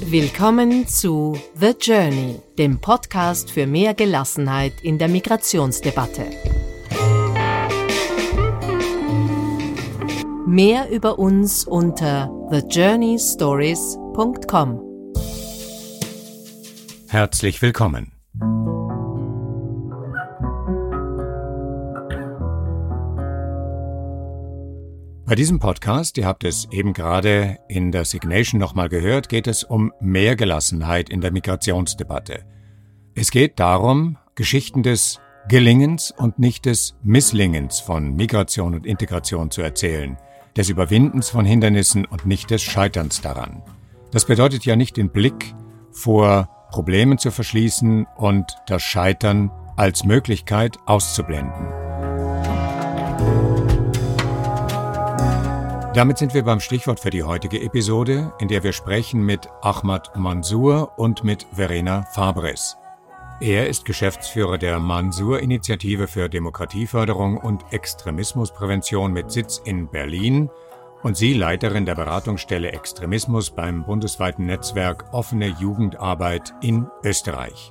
Willkommen zu The Journey, dem Podcast für mehr Gelassenheit in der Migrationsdebatte. Mehr über uns unter thejourneystories.com. Herzlich willkommen. Bei diesem Podcast, ihr habt es eben gerade in der Signation nochmal gehört, geht es um mehr Gelassenheit in der Migrationsdebatte. Es geht darum, Geschichten des Gelingens und nicht des Misslingens von Migration und Integration zu erzählen, des Überwindens von Hindernissen und nicht des Scheiterns daran. Das bedeutet ja nicht, den Blick vor Problemen zu verschließen und das Scheitern als Möglichkeit auszublenden. Damit sind wir beim Stichwort für die heutige Episode, in der wir sprechen mit Ahmad Mansour und mit Verena Fabres. Er ist Geschäftsführer der Mansour-Initiative für Demokratieförderung und Extremismusprävention mit Sitz in Berlin und sie Leiterin der Beratungsstelle Extremismus beim bundesweiten Netzwerk Offene Jugendarbeit in Österreich.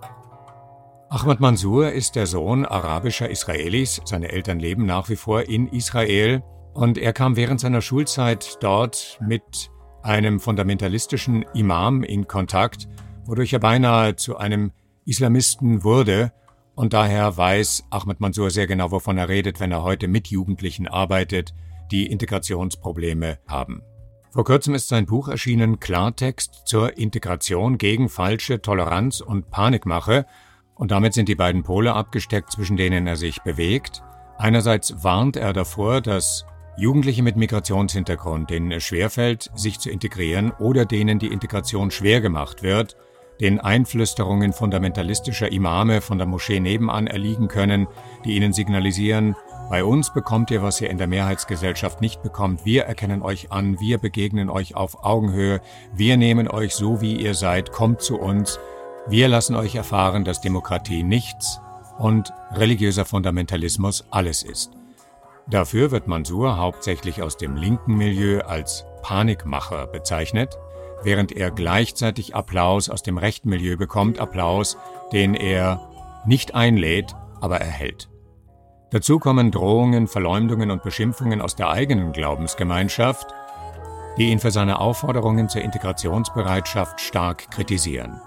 Ahmad Mansour ist der Sohn arabischer Israelis, seine Eltern leben nach wie vor in Israel. Und er kam während seiner Schulzeit dort mit einem fundamentalistischen Imam in Kontakt, wodurch er beinahe zu einem Islamisten wurde. Und daher weiß Ahmad Mansour sehr genau, wovon er redet, wenn er heute mit Jugendlichen arbeitet, die Integrationsprobleme haben. Vor kurzem ist sein Buch erschienen, Klartext zur Integration gegen falsche Toleranz und Panikmache. Und damit sind die beiden Pole abgesteckt, zwischen denen er sich bewegt. Einerseits warnt er davor, dass Jugendliche mit Migrationshintergrund, denen es schwerfällt, sich zu integrieren oder denen die Integration schwer gemacht wird, den Einflüsterungen fundamentalistischer Imame von der Moschee nebenan erliegen können, die ihnen signalisieren, bei uns bekommt ihr, was ihr in der Mehrheitsgesellschaft nicht bekommt, wir erkennen euch an, wir begegnen euch auf Augenhöhe, wir nehmen euch so, wie ihr seid, kommt zu uns, wir lassen euch erfahren, dass Demokratie nichts und religiöser Fundamentalismus alles ist. Dafür wird Mansour hauptsächlich aus dem linken Milieu als Panikmacher bezeichnet, während er gleichzeitig Applaus aus dem rechten Milieu bekommt, Applaus, den er nicht einlädt, aber erhält. Dazu kommen Drohungen, Verleumdungen und Beschimpfungen aus der eigenen Glaubensgemeinschaft, die ihn für seine Aufforderungen zur Integrationsbereitschaft stark kritisieren.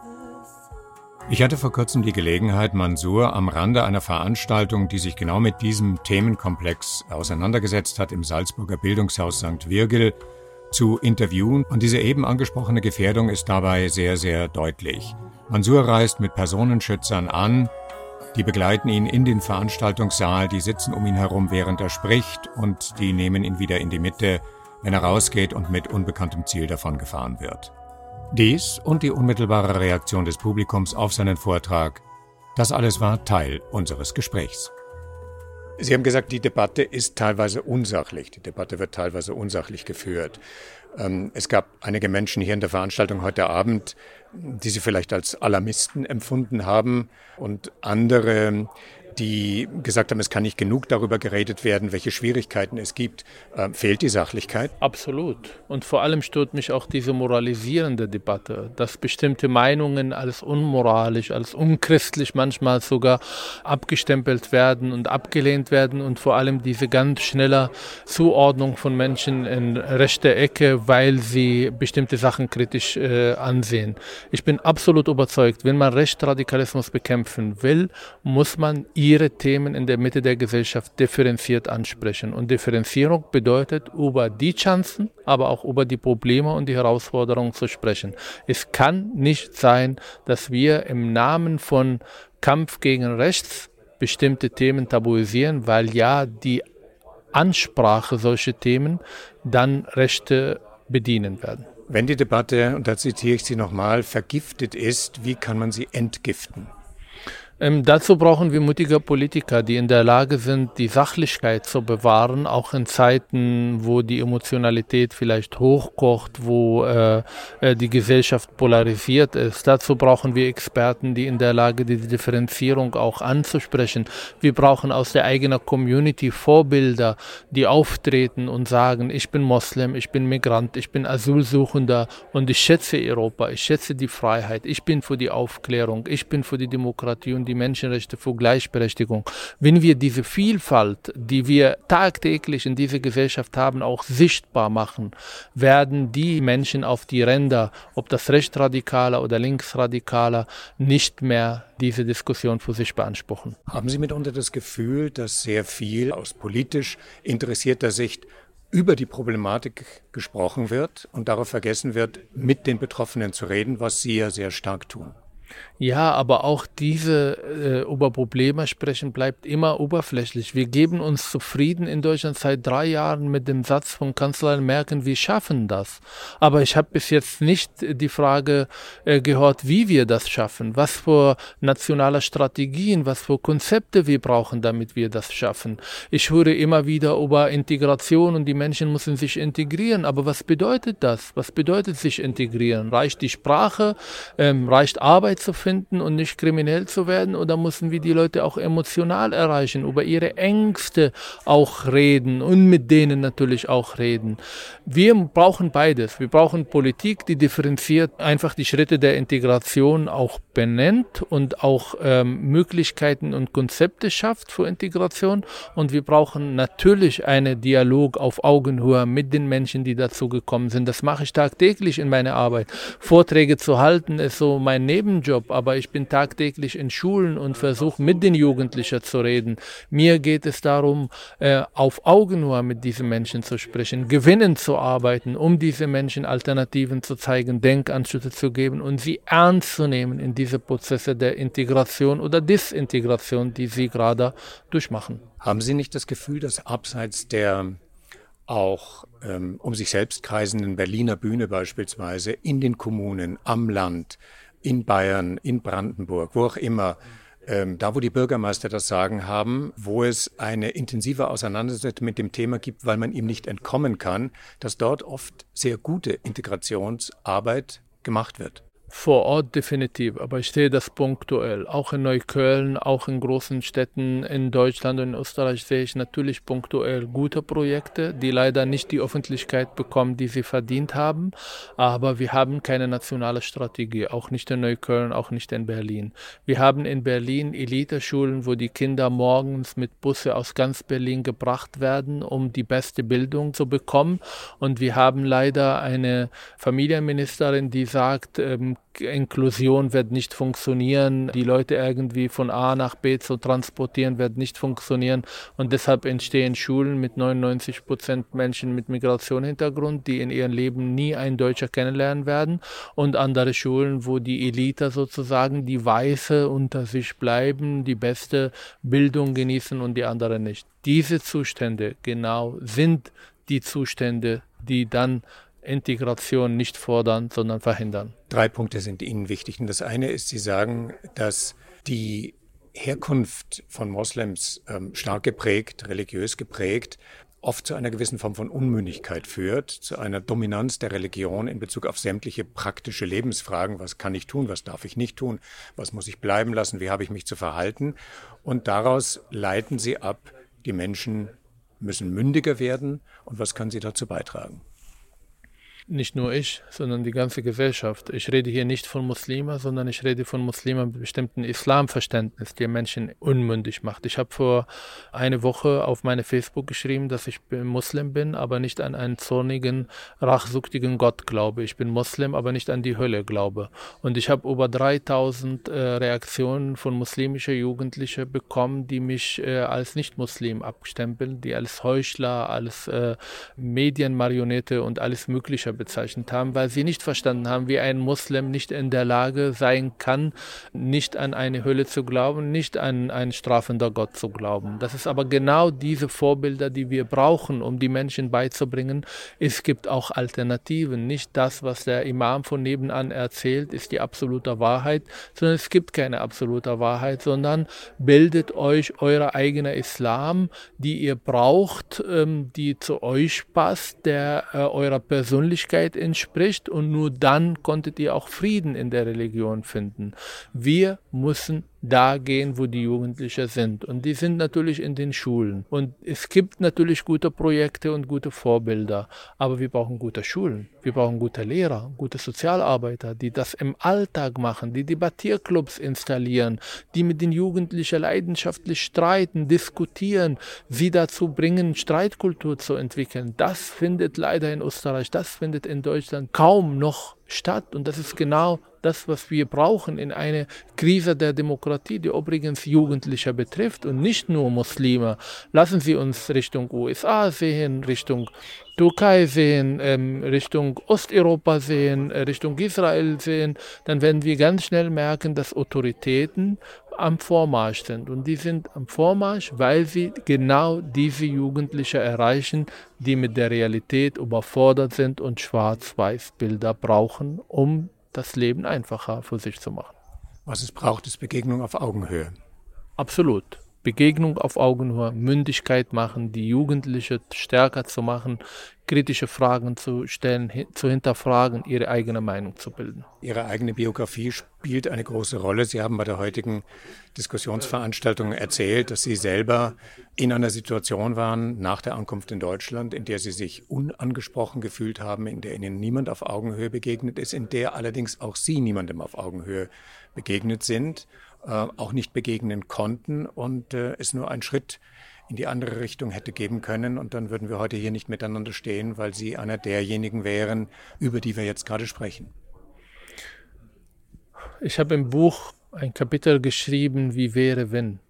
Ich hatte vor kurzem die Gelegenheit, Mansour am Rande einer Veranstaltung, die sich genau mit diesem Themenkomplex auseinandergesetzt hat, im Salzburger Bildungshaus St. Virgil, zu interviewen. Und diese eben angesprochene Gefährdung ist dabei sehr, sehr deutlich. Mansour reist mit Personenschützern an, die begleiten ihn in den Veranstaltungssaal, die sitzen um ihn herum, während er spricht, und die nehmen ihn wieder in die Mitte, wenn er rausgeht und mit unbekanntem Ziel davongefahren wird. Dies und die unmittelbare Reaktion des Publikums auf seinen Vortrag, das alles war Teil unseres Gesprächs. Sie haben gesagt, die Debatte ist teilweise unsachlich. Die Debatte wird teilweise unsachlich geführt. Es gab einige Menschen hier in der Veranstaltung heute Abend, die Sie vielleicht als Alarmisten empfunden haben, und andere, die gesagt haben, es kann nicht genug darüber geredet werden, welche Schwierigkeiten es gibt. Fehlt die Sachlichkeit? Absolut. Und vor allem stört mich auch diese moralisierende Debatte, dass bestimmte Meinungen als unmoralisch, als unchristlich manchmal sogar abgestempelt werden und abgelehnt werden, und vor allem diese ganz schnelle Zuordnung von Menschen in rechte Ecke, weil sie bestimmte Sachen kritisch ansehen. Ich bin absolut überzeugt, wenn man Rechtsradikalismus bekämpfen will, muss man ihre Themen in der Mitte der Gesellschaft differenziert ansprechen. Und Differenzierung bedeutet, über die Chancen, aber auch über die Probleme und die Herausforderungen zu sprechen. Es kann nicht sein, dass wir im Namen von Kampf gegen Rechts bestimmte Themen tabuisieren, weil ja die Ansprache solcher Themen dann Rechte bedienen werden. Wenn die Debatte, und da zitiere ich Sie nochmal, vergiftet ist, wie kann man sie entgiften? Dazu brauchen wir mutige Politiker, die in der Lage sind, die Sachlichkeit zu bewahren, auch in Zeiten, wo die Emotionalität vielleicht hochkocht, wo die Gesellschaft polarisiert ist. Dazu brauchen wir Experten, die in der Lage sind, diese Differenzierung auch anzusprechen. Wir brauchen aus der eigenen Community Vorbilder, die auftreten und sagen, ich bin Moslem, ich bin Migrant, ich bin Asylsuchender und ich schätze Europa, ich schätze die Freiheit, ich bin für die Aufklärung, ich bin für die Demokratie und die Menschenrechte, für Gleichberechtigung. Wenn wir diese Vielfalt, die wir tagtäglich in dieser Gesellschaft haben, auch sichtbar machen, werden die Menschen auf die Ränder, ob das Rechtsradikaler oder Linksradikaler, nicht mehr diese Diskussion für sich beanspruchen. Haben Sie mitunter das Gefühl, dass sehr viel aus politisch interessierter Sicht über die Problematik gesprochen wird und darauf vergessen wird, mit den Betroffenen zu reden, was Sie ja sehr stark tun? Ja, aber auch diese über Probleme sprechen bleibt immer oberflächlich. Wir geben uns zufrieden in Deutschland seit 3 Jahren mit dem Satz von Kanzlerin Merkel, wir schaffen das. Aber ich habe bis jetzt nicht die Frage gehört, wie wir das schaffen, was für nationale Strategien, was für Konzepte wir brauchen, damit wir das schaffen. Ich höre immer wieder über Integration und die Menschen müssen sich integrieren. Aber was bedeutet das? Was bedeutet sich integrieren? Reicht die Sprache? Reicht Arbeit zu finden und nicht kriminell zu werden, oder müssen wir die Leute auch emotional erreichen, über ihre Ängste auch reden und mit denen natürlich auch reden. Wir brauchen beides. Wir brauchen Politik, die differenziert einfach die Schritte der Integration auch benennt und auch Möglichkeiten und Konzepte schafft für Integration, und wir brauchen natürlich einen Dialog auf Augenhöhe mit den Menschen, die dazu gekommen sind. Das mache ich tagtäglich in meiner Arbeit. Vorträge zu halten ist so mein Nebenjob, aber ich bin tagtäglich in Schulen und versuche mit den Jugendlichen zu reden. Mir geht es darum, auf Augenhöhe mit diesen Menschen zu sprechen, gewinnend zu arbeiten, um diese Menschen Alternativen zu zeigen, Denkanstöße zu geben und sie ernst zu nehmen in diese Prozesse der Integration oder Desintegration, die sie gerade durchmachen. Haben Sie nicht das Gefühl, dass abseits der auch um sich selbst kreisenden Berliner Bühne beispielsweise in den Kommunen, am Land, in Bayern, in Brandenburg, wo auch immer, da wo die Bürgermeister das Sagen haben, wo es eine intensive Auseinandersetzung mit dem Thema gibt, weil man ihm nicht entkommen kann, dass dort oft sehr gute Integrationsarbeit gemacht wird? Vor Ort definitiv, aber ich sehe das punktuell. Auch in Neukölln, auch in großen Städten in Deutschland und in Österreich sehe ich natürlich punktuell gute Projekte, die leider nicht die Öffentlichkeit bekommen, die sie verdient haben. Aber wir haben keine nationale Strategie, auch nicht in Neukölln, auch nicht in Berlin. Wir haben in Berlin Eliteschulen, wo die Kinder morgens mit Busse aus ganz Berlin gebracht werden, um die beste Bildung zu bekommen. Und wir haben leider eine Familienministerin, die sagt, Inklusion wird nicht funktionieren, die Leute irgendwie von A nach B zu transportieren, wird nicht funktionieren, und deshalb entstehen Schulen mit 99% Menschen mit Migrationshintergrund, die in ihrem Leben nie einen Deutscher kennenlernen werden, und andere Schulen, wo die Elite sozusagen, die Weiße unter sich bleiben, die beste Bildung genießen und die anderen nicht. Diese Zustände genau sind die Zustände, die dann Integration nicht fordern, sondern verhindern. 3 Punkte sind Ihnen wichtig. Und das eine ist, Sie sagen, dass die Herkunft von Moslems stark geprägt, religiös geprägt, oft zu einer gewissen Form von Unmündigkeit führt, zu einer Dominanz der Religion in Bezug auf sämtliche praktische Lebensfragen. Was kann ich tun, was darf ich nicht tun, was muss ich bleiben lassen, wie habe ich mich zu verhalten? Und daraus leiten Sie ab, die Menschen müssen mündiger werden. Und was können Sie dazu beitragen? Nicht nur ich, sondern die ganze Gesellschaft. Ich rede hier nicht von Muslimen, sondern ich rede von Muslimen mit bestimmten Islamverständnis, der Menschen unmündig macht. Ich habe vor einer Woche auf meine Facebook geschrieben, dass ich Muslim bin, aber nicht an einen zornigen, rachsüchtigen Gott glaube. Ich bin Muslim, aber nicht an die Hölle glaube. Und ich habe über 3000 Reaktionen von muslimischen Jugendlichen bekommen, die mich als Nicht-Muslim abstempeln, die als Heuchler, als Medienmarionette und alles Mögliche bezeichnet haben, weil sie nicht verstanden haben, wie ein Muslim nicht in der Lage sein kann, nicht an eine Hölle zu glauben, nicht an einen strafenden Gott zu glauben. Das ist aber genau diese Vorbilder, die wir brauchen, um die Menschen beizubringen. Es gibt auch Alternativen. Nicht das, was der Imam von nebenan erzählt, ist die absolute Wahrheit, sondern es gibt keine absolute Wahrheit, sondern bildet euch euer eigener Islam, die ihr braucht, die zu euch passt, der eurer Persönlichkeit entspricht, und nur dann konntet ihr auch Frieden in der Religion finden. Wir müssen da gehen, wo die Jugendlichen sind. Und die sind natürlich in den Schulen. Und es gibt natürlich gute Projekte und gute Vorbilder. Aber wir brauchen gute Schulen. Wir brauchen gute Lehrer, gute Sozialarbeiter, die das im Alltag machen, die Debattierclubs installieren, die mit den Jugendlichen leidenschaftlich streiten, diskutieren, sie dazu bringen, Streitkultur zu entwickeln. Das findet leider in Österreich, das findet in Deutschland kaum noch statt. Und das ist genau das, was wir brauchen in einer Krise der Demokratie, die übrigens Jugendliche betrifft und nicht nur Muslime. Lassen Sie uns Richtung USA sehen, Richtung Türkei sehen, Richtung Osteuropa sehen, Richtung Israel sehen. Dann werden wir ganz schnell merken, dass Autoritäten am Vormarsch sind. Und die sind am Vormarsch, weil sie genau diese Jugendlichen erreichen, die mit der Realität überfordert sind und Schwarz-Weiß-Bilder brauchen, um das Leben einfacher für sich zu machen. Was es braucht, ist Begegnung auf Augenhöhe. Absolut. Begegnung auf Augenhöhe, Mündigkeit machen, die Jugendlichen stärker zu machen, kritische Fragen zu stellen, zu hinterfragen, ihre eigene Meinung zu bilden. Ihre eigene Biografie spielt eine große Rolle. Sie haben bei der heutigen Diskussionsveranstaltung erzählt, dass Sie selber in einer Situation waren nach der Ankunft in Deutschland, in der Sie sich unangesprochen gefühlt haben, in der Ihnen niemand auf Augenhöhe begegnet ist, in der allerdings auch Sie niemandem auf Augenhöhe begegnet sind, auch nicht begegnen konnten und es nur einen Schritt in die andere Richtung hätte geben können. Und dann würden wir heute hier nicht miteinander stehen, weil Sie einer derjenigen wären, über die wir jetzt gerade sprechen. Ich habe im Buch ein Kapitel geschrieben, wie wäre, wenn.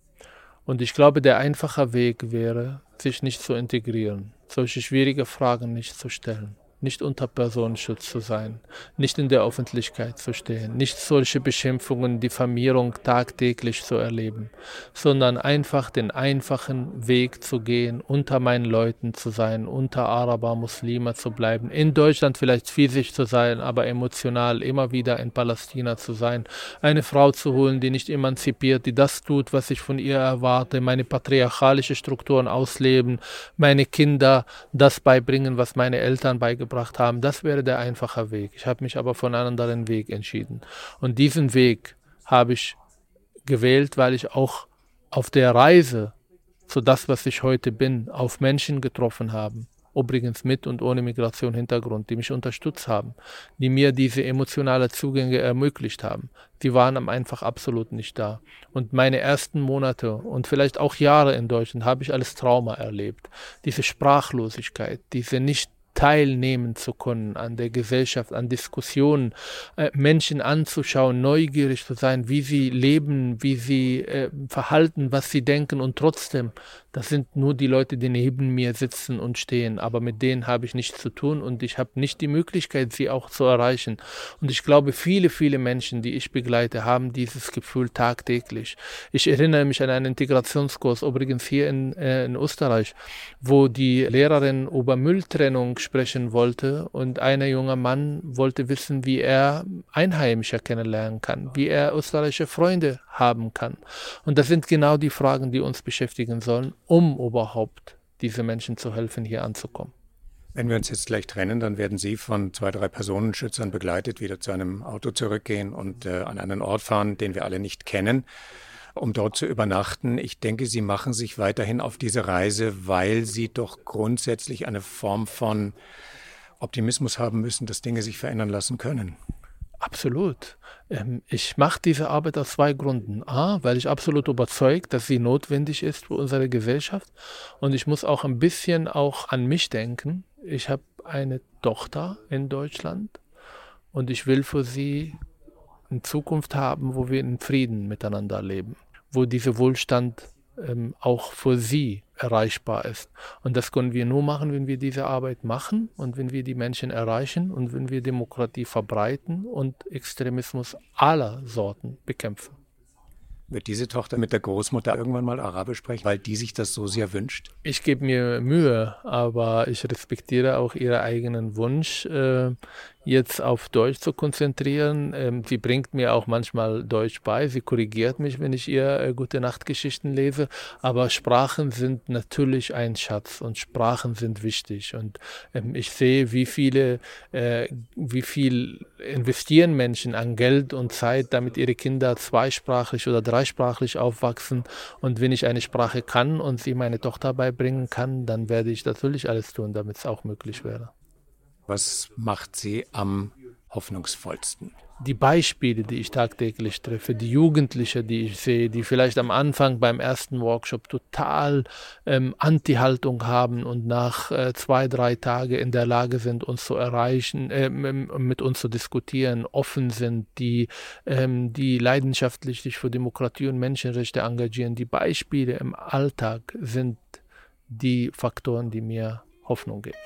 Und ich glaube, der einfache Weg wäre, sich nicht zu integrieren, solche schwierige Fragen nicht zu stellen. Nicht unter Personenschutz zu sein, nicht in der Öffentlichkeit zu stehen, nicht solche Beschimpfungen, Diffamierung tagtäglich zu erleben, sondern einfach den einfachen Weg zu gehen, unter meinen Leuten zu sein, unter Araber, Muslime zu bleiben, in Deutschland vielleicht physisch zu sein, aber emotional immer wieder in Palästina zu sein, eine Frau zu holen, die nicht emanzipiert, die das tut, was ich von ihr erwarte, meine patriarchalische Strukturen ausleben, meine Kinder das beibringen, was meine Eltern beigebracht haben. Das wäre der einfache Weg. Ich habe mich aber für einen anderen Weg entschieden. Und diesen Weg habe ich gewählt, weil ich auch auf der Reise zu das, was ich heute bin, auf Menschen getroffen habe. Übrigens mit und ohne Migrationshintergrund, die mich unterstützt haben, die mir diese emotionalen Zugänge ermöglicht haben. Die waren einfach absolut nicht da. Und meine ersten Monate und vielleicht auch Jahre in Deutschland habe ich als Trauma erlebt. Diese Sprachlosigkeit, diese nicht teilnehmen zu können an der Gesellschaft, an Diskussionen, Menschen anzuschauen, neugierig zu sein, wie sie leben, wie sie verhalten, was sie denken, und trotzdem, das sind nur die Leute, die neben mir sitzen und stehen, aber mit denen habe ich nichts zu tun und ich habe nicht die Möglichkeit, sie auch zu erreichen. Und ich glaube, viele, viele Menschen, die ich begleite, haben dieses Gefühl tagtäglich. Ich erinnere mich an einen Integrationskurs, übrigens hier in Österreich, wo die Lehrerin über Mülltrennung sprechen wollte und ein junger Mann wollte wissen, wie er Einheimische kennenlernen kann, wie er österreichische Freunde haben kann. Und das sind genau die Fragen, die uns beschäftigen sollen, um überhaupt diese Menschen zu helfen, hier anzukommen. Wenn wir uns jetzt gleich trennen, dann werden Sie von 2, 3 Personenschützern begleitet, wieder zu einem Auto zurückgehen und an einen Ort fahren, den wir alle nicht kennen, um dort zu übernachten. Ich denke, Sie machen sich weiterhin auf diese Reise, weil Sie doch grundsätzlich eine Form von Optimismus haben müssen, dass Dinge sich verändern lassen können. Absolut. Ich mache diese Arbeit aus 2 Gründen. A, weil ich absolut überzeugt, dass sie notwendig ist für unsere Gesellschaft. Und ich muss auch ein bisschen auch an mich denken. Ich habe eine Tochter in Deutschland und ich will für sie eine Zukunft haben, wo wir in Frieden miteinander leben, wo dieser Wohlstand auch für sie erreichbar ist. Und das können wir nur machen, wenn wir diese Arbeit machen und wenn wir die Menschen erreichen und wenn wir Demokratie verbreiten und Extremismus aller Sorten bekämpfen. Wird diese Tochter mit der Großmutter irgendwann mal Arabisch sprechen, weil die sich das so sehr wünscht? Ich gebe mir Mühe, aber ich respektiere auch ihren eigenen Wunsch, jetzt auf Deutsch zu konzentrieren. Sie bringt mir auch manchmal Deutsch bei, sie korrigiert mich, wenn ich ihr Gute-Nacht-Geschichten lese, aber Sprachen sind natürlich ein Schatz und Sprachen sind wichtig und ich sehe, wie viel investieren Menschen an Geld und Zeit, damit ihre Kinder zweisprachig oder dreisprachig aufwachsen und wenn ich eine Sprache kann und sie meine Tochter beibringen kann, dann werde ich natürlich alles tun, damit es auch möglich wäre. Was macht Sie am hoffnungsvollsten? Die Beispiele, die ich tagtäglich treffe, die Jugendlichen, die ich sehe, die vielleicht am Anfang beim ersten Workshop total Anti-Haltung haben und nach 2-3 Tagen in der Lage sind, uns zu erreichen, mit uns zu diskutieren, offen sind, die leidenschaftlich sich für Demokratie und Menschenrechte engagieren. Die Beispiele im Alltag sind die Faktoren, die mir Hoffnung geben.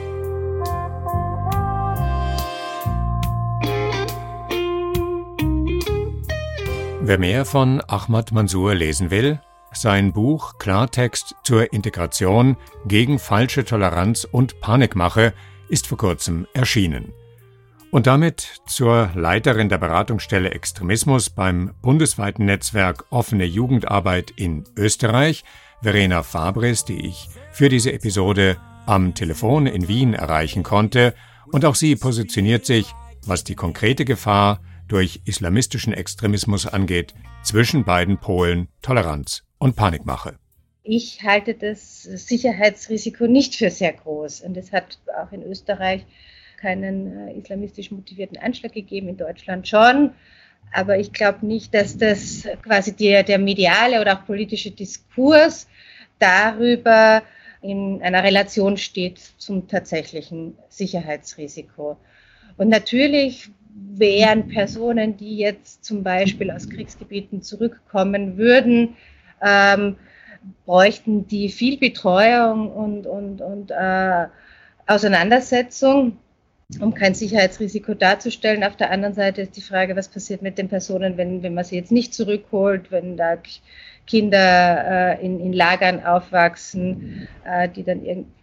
Wer mehr von Ahmad Mansour lesen will, sein Buch Klartext zur Integration gegen falsche Toleranz und Panikmache ist vor kurzem erschienen. Und damit zur Leiterin der Beratungsstelle Extremismus beim bundesweiten Netzwerk Offene Jugendarbeit in Österreich, Verena Fabris, die ich für diese Episode am Telefon in Wien erreichen konnte. Und auch sie positioniert sich, was die konkrete Gefahr durch islamistischen Extremismus angeht, zwischen beiden Polen Toleranz und Panikmache. Ich halte das Sicherheitsrisiko nicht für sehr groß. Und es hat auch in Österreich keinen islamistisch motivierten Anschlag gegeben, in Deutschland schon. Aber ich glaube nicht, dass das quasi der mediale oder auch politische Diskurs darüber in einer Relation steht zum tatsächlichen Sicherheitsrisiko. Und natürlich wären Personen, die jetzt zum Beispiel aus Kriegsgebieten zurückkommen würden, bräuchten die viel Betreuung und Auseinandersetzung, um kein Sicherheitsrisiko darzustellen. Auf der anderen Seite ist die Frage, was passiert mit den Personen, wenn man sie jetzt nicht zurückholt, wenn da Kinder in Lagern aufwachsen, die dann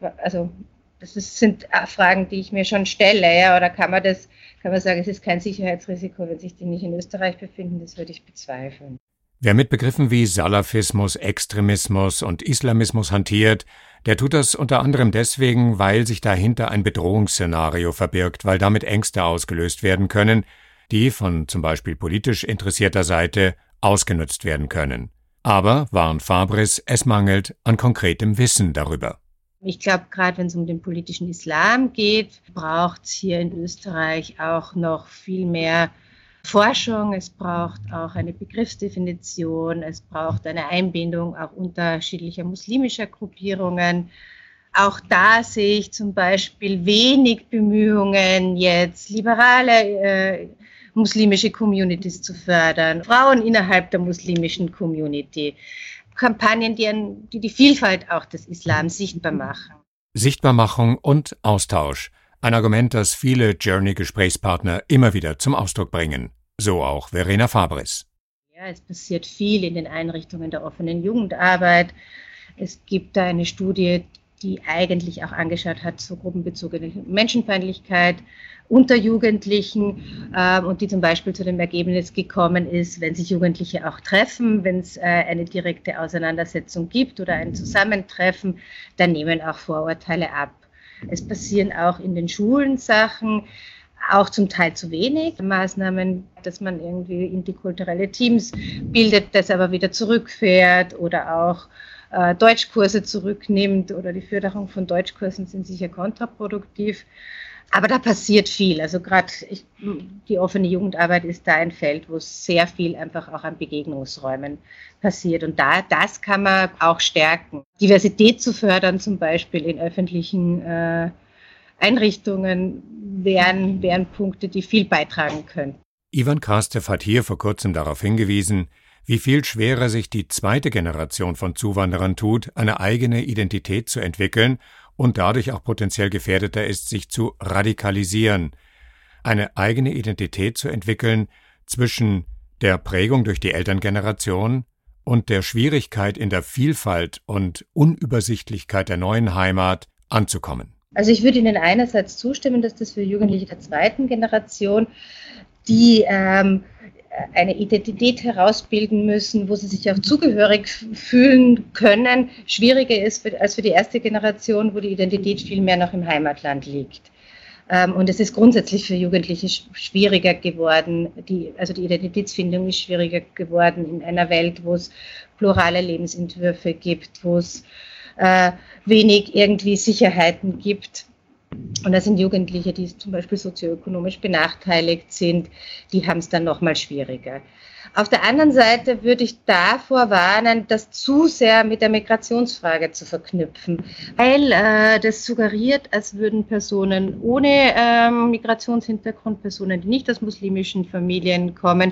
sind Fragen, die ich mir schon stelle, ja, oder kann man sagen, es ist kein Sicherheitsrisiko, wenn sich die nicht in Österreich befinden, das würde ich bezweifeln. Wer mit Begriffen wie Salafismus, Extremismus und Islamismus hantiert, der tut das unter anderem deswegen, weil sich dahinter ein Bedrohungsszenario verbirgt, weil damit Ängste ausgelöst werden können, die von zum Beispiel politisch interessierter Seite ausgenutzt werden können. Aber, warnt Fabris, es mangelt an konkretem Wissen darüber. Ich glaube, gerade wenn es um den politischen Islam geht, braucht es hier in Österreich auch noch viel mehr Forschung. Es braucht auch eine Begriffsdefinition. Es braucht eine Einbindung auch unterschiedlicher muslimischer Gruppierungen. Auch da sehe ich zum Beispiel wenig Bemühungen, jetzt liberale muslimische Communities zu fördern, Frauen innerhalb der muslimischen Community. Kampagnen, die Vielfalt auch des Islam sichtbar machen. Sichtbarmachung und Austausch. Ein Argument, das viele Journey-Gesprächspartner immer wieder zum Ausdruck bringen. So auch Verena Fabris. Ja, es passiert viel in den Einrichtungen der offenen Jugendarbeit. Es gibt da eine Studie, die eigentlich auch angeschaut hat zur gruppenbezogenen Menschenfeindlichkeit unter Jugendlichen und die zum Beispiel zu dem Ergebnis gekommen ist, wenn sich Jugendliche auch treffen, wenn es eine direkte Auseinandersetzung gibt oder ein Zusammentreffen, dann nehmen auch Vorurteile ab. Es passieren auch in den Schulen Sachen, auch zum Teil zu wenig Maßnahmen, dass man irgendwie interkulturelle Teams bildet, das aber wieder zurückfährt oder auch Deutschkurse zurücknimmt oder die Förderung von Deutschkursen sind sicher kontraproduktiv. Aber da passiert viel. Also gerade die offene Jugendarbeit ist da ein Feld, wo sehr viel einfach auch an Begegnungsräumen passiert. Und das kann man auch stärken. Diversität zu fördern, zum Beispiel in öffentlichen Einrichtungen, wären Punkte, die viel beitragen können. Ivan Krastev hat hier vor kurzem darauf hingewiesen, wie viel schwerer sich die zweite Generation von Zuwanderern tut, eine eigene Identität zu entwickeln und dadurch auch potenziell gefährdeter ist, sich zu radikalisieren. Eine eigene Identität zu entwickeln zwischen der Prägung durch die Elterngeneration und der Schwierigkeit in der Vielfalt und Unübersichtlichkeit der neuen Heimat anzukommen. Also ich würde Ihnen einerseits zustimmen, dass das für Jugendliche der zweiten Generation, die eine Identität herausbilden müssen, wo sie sich auch zugehörig fühlen können, schwieriger ist als für die erste Generation, wo die Identität viel mehr noch im Heimatland liegt. Und es ist grundsätzlich für Jugendliche schwieriger geworden, die Identitätsfindung ist schwieriger geworden in einer Welt, wo es plurale Lebensentwürfe gibt, wo es wenig irgendwie Sicherheiten gibt. Und das sind Jugendliche, die zum Beispiel sozioökonomisch benachteiligt sind, die haben es dann nochmal schwieriger. Auf der anderen Seite würde ich davor warnen, das zu sehr mit der Migrationsfrage zu verknüpfen, weil das suggeriert, als würden Personen ohne Migrationshintergrund, Personen, die nicht aus muslimischen Familien kommen,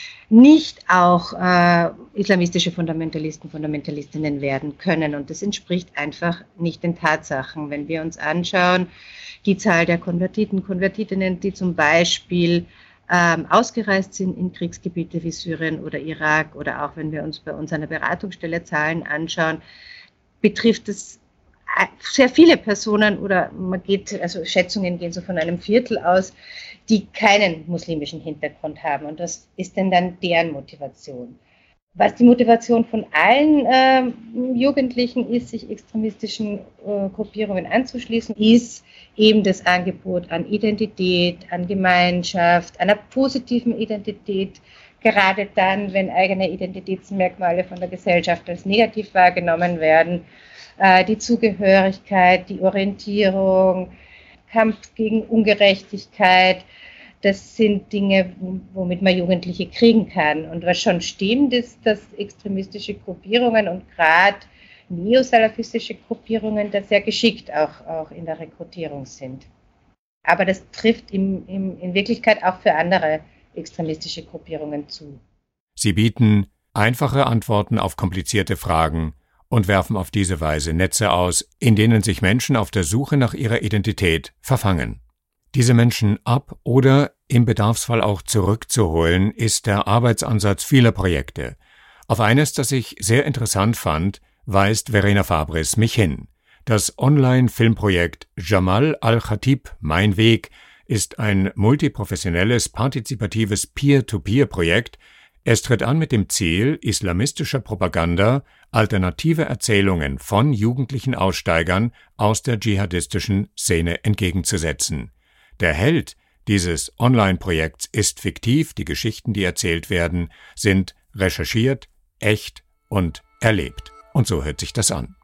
nicht auch islamistische Fundamentalisten, Fundamentalistinnen werden können. Und das entspricht einfach nicht den Tatsachen. Wenn wir uns anschauen, die Zahl der Konvertiten, Konvertitinnen, die zum Beispiel ausgereist sind in Kriegsgebiete wie Syrien oder Irak, oder auch wenn wir uns bei uns an der Beratungsstelle Zahlen anschauen, betrifft es sehr viele Personen, oder Schätzungen gehen so von einem Viertel aus, die keinen muslimischen Hintergrund haben. Und das ist dann deren Motivation. Was die Motivation von allen Jugendlichen ist, sich extremistischen Gruppierungen anzuschließen, ist eben das Angebot an Identität, an Gemeinschaft, einer positiven Identität, gerade dann, wenn eigene Identitätsmerkmale von der Gesellschaft als negativ wahrgenommen werden, die Zugehörigkeit, die Orientierung, Kampf gegen Ungerechtigkeit. Das sind Dinge, womit man Jugendliche kriegen kann. Und was schon stimmt, ist, dass extremistische Gruppierungen und gerade neosalafistische Gruppierungen da sehr geschickt auch in der Rekrutierung sind. Aber das trifft in Wirklichkeit auch für andere extremistische Gruppierungen zu. Sie bieten einfache Antworten auf komplizierte Fragen und werfen auf diese Weise Netze aus, in denen sich Menschen auf der Suche nach ihrer Identität verfangen. Diese Menschen ab- oder im Bedarfsfall auch zurückzuholen, ist der Arbeitsansatz vieler Projekte. Auf eines, das ich sehr interessant fand, weist Verena Fabris mich hin. Das Online-Filmprojekt Jamal Al-Khatib – Mein Weg ist ein multiprofessionelles, partizipatives Peer-to-Peer-Projekt. Es tritt an mit dem Ziel, islamistischer Propaganda alternative Erzählungen von jugendlichen Aussteigern aus der dschihadistischen Szene entgegenzusetzen. Der Held dieses Online-Projekts ist fiktiv, die Geschichten, die erzählt werden, sind recherchiert, echt und erlebt. Und so hört sich das an.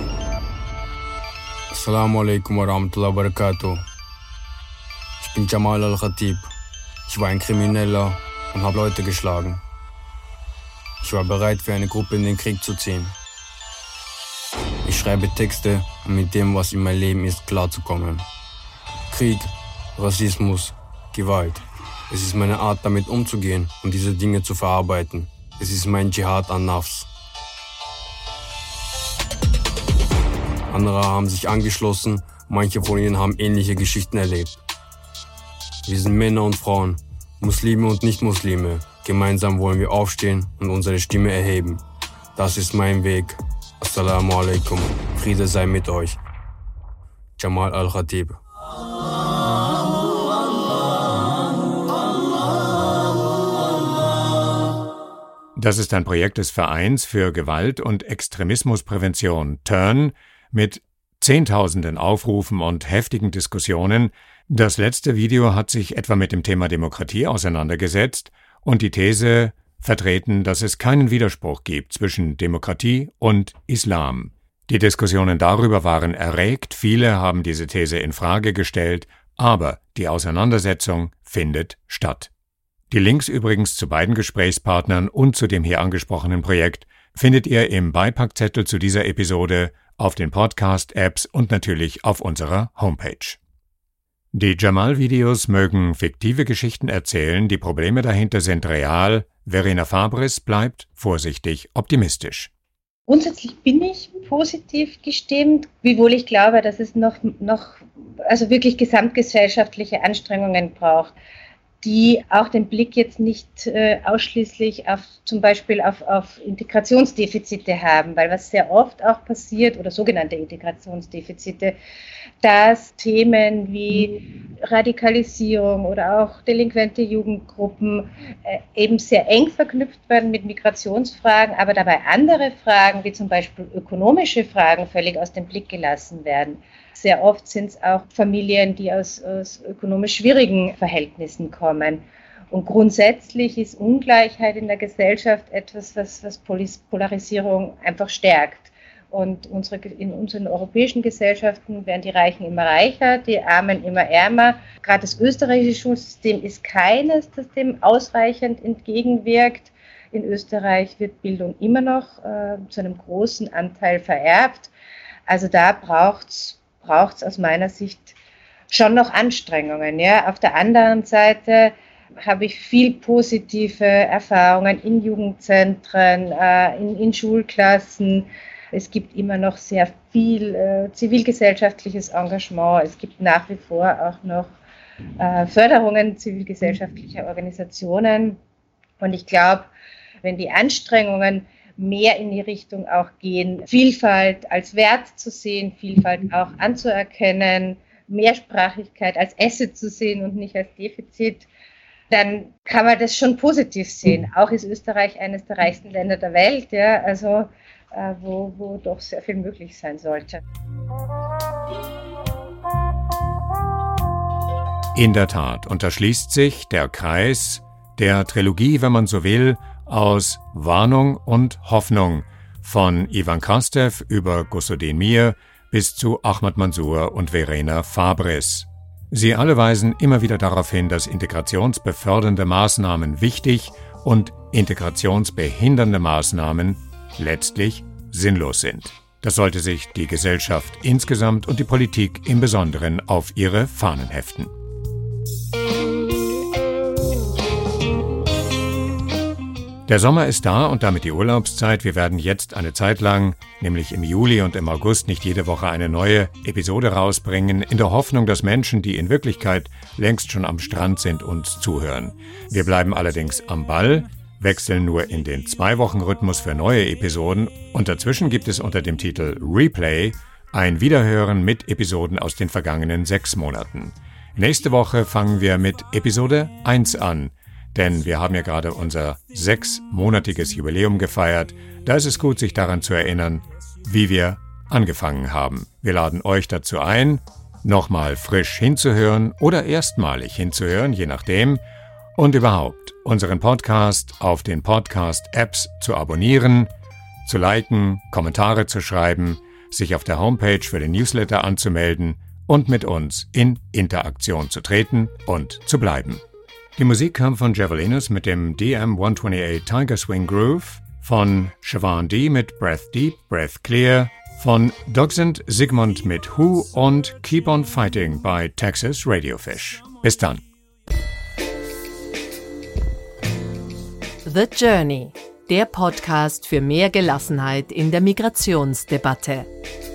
Assalamu alaikum wa rahmatullahi wa barakatuh. Ich bin Jamal Al-Khatib. Ich war ein Krimineller und habe Leute geschlagen. Ich war bereit, für eine Gruppe in den Krieg zu ziehen. Ich schreibe Texte, um mit dem, was in meinem Leben ist, klarzukommen. Krieg, Rassismus, Gewalt. Es ist meine Art, damit umzugehen und diese Dinge zu verarbeiten. Es ist mein Dschihad an Nafs. Andere haben sich angeschlossen, manche von ihnen haben ähnliche Geschichten erlebt. Wir sind Männer und Frauen, Muslime und Nicht-Muslime. Gemeinsam wollen wir aufstehen und unsere Stimme erheben. Das ist mein Weg. Assalamu alaikum. Friede sei mit euch. Jamal Al-Khatib. Das ist ein Projekt des Vereins für Gewalt- und Extremismusprävention Turn mit Zehntausenden Aufrufen und heftigen Diskussionen. Das letzte Video hat sich etwa mit dem Thema Demokratie auseinandergesetzt und die These vertreten, dass es keinen Widerspruch gibt zwischen Demokratie und Islam. Die Diskussionen darüber waren erregt, viele haben diese These in Frage gestellt, aber die Auseinandersetzung findet statt. Die Links übrigens zu beiden Gesprächspartnern und zu dem hier angesprochenen Projekt findet ihr im Beipackzettel zu dieser Episode, auf den Podcast-Apps und natürlich auf unserer Homepage. Die Jamal-Videos mögen fiktive Geschichten erzählen, die Probleme dahinter sind real. Verena Fabris bleibt vorsichtig optimistisch. Grundsätzlich bin ich positiv gestimmt, wiewohl ich glaube, dass es noch wirklich gesamtgesellschaftliche Anstrengungen braucht, die auch den Blick jetzt nicht ausschließlich zum Beispiel auf Integrationsdefizite haben, weil was sehr oft auch passiert, oder sogenannte Integrationsdefizite, dass Themen wie Radikalisierung oder auch delinquente Jugendgruppen eben sehr eng verknüpft werden mit Migrationsfragen, aber dabei andere Fragen, wie zum Beispiel ökonomische Fragen, völlig aus dem Blick gelassen werden. Sehr oft sind es auch Familien, die aus ökonomisch schwierigen Verhältnissen kommen. Und grundsätzlich ist Ungleichheit in der Gesellschaft etwas, was Polarisierung einfach stärkt. Und in unseren europäischen Gesellschaften werden die Reichen immer reicher, die Armen immer ärmer. Gerade das österreichische Schulsystem ist keines, das dem ausreichend entgegenwirkt. In Österreich wird Bildung immer noch zu einem großen Anteil vererbt. Also da braucht's aus meiner Sicht schon noch Anstrengungen. Ja. Auf der anderen Seite habe ich viel positive Erfahrungen in Jugendzentren, in Schulklassen. Es gibt immer noch sehr viel zivilgesellschaftliches Engagement. Es gibt nach wie vor auch noch Förderungen zivilgesellschaftlicher Organisationen. Und ich glaube, wenn die Anstrengungen mehr in die Richtung auch gehen, Vielfalt als Wert zu sehen, Vielfalt auch anzuerkennen, Mehrsprachigkeit als Asset zu sehen und nicht als Defizit, dann kann man das schon positiv sehen. Auch ist Österreich eines der reichsten Länder der Welt, ja, also wo doch sehr viel möglich sein sollte. In der Tat, und da schließt sich der Kreis der Trilogie, wenn man so will, aus Warnung und Hoffnung von Ivan Krastev über Ghusuddin Mir bis zu Ahmad Mansour und Verena Fabris. Sie alle weisen immer wieder darauf hin, dass integrationsbefördernde Maßnahmen wichtig und integrationsbehindernde Maßnahmen letztlich sinnlos sind. Das sollte sich die Gesellschaft insgesamt und die Politik im Besonderen auf ihre Fahnen heften. Der Sommer ist da und damit die Urlaubszeit. Wir werden jetzt eine Zeit lang, nämlich im Juli und im August, nicht jede Woche eine neue Episode rausbringen, in der Hoffnung, dass Menschen, die in Wirklichkeit längst schon am Strand sind, uns zuhören. Wir bleiben allerdings am Ball, wechseln nur in den 2-Wochen-Rhythmus für neue Episoden und dazwischen gibt es unter dem Titel Replay ein Wiederhören mit Episoden aus den vergangenen 6 Monaten. Nächste Woche fangen wir mit Episode 1 an. Denn wir haben ja gerade unser 6-monatiges Jubiläum gefeiert. Da ist es gut, sich daran zu erinnern, wie wir angefangen haben. Wir laden euch dazu ein, nochmal frisch hinzuhören oder erstmalig hinzuhören, je nachdem. Und überhaupt, unseren Podcast auf den Podcast-Apps zu abonnieren, zu liken, Kommentare zu schreiben, sich auf der Homepage für den Newsletter anzumelden und mit uns in Interaktion zu treten und zu bleiben. Die Musik kam von Javelinus mit dem DM-128 Tiger Swing Groove, von Siobhan D. mit Breath Deep, Breath Clear, von Dogsend Sigmund mit Who und Keep on Fighting bei Texas Radiofish. Bis dann. The Journey, der Podcast für mehr Gelassenheit in der Migrationsdebatte.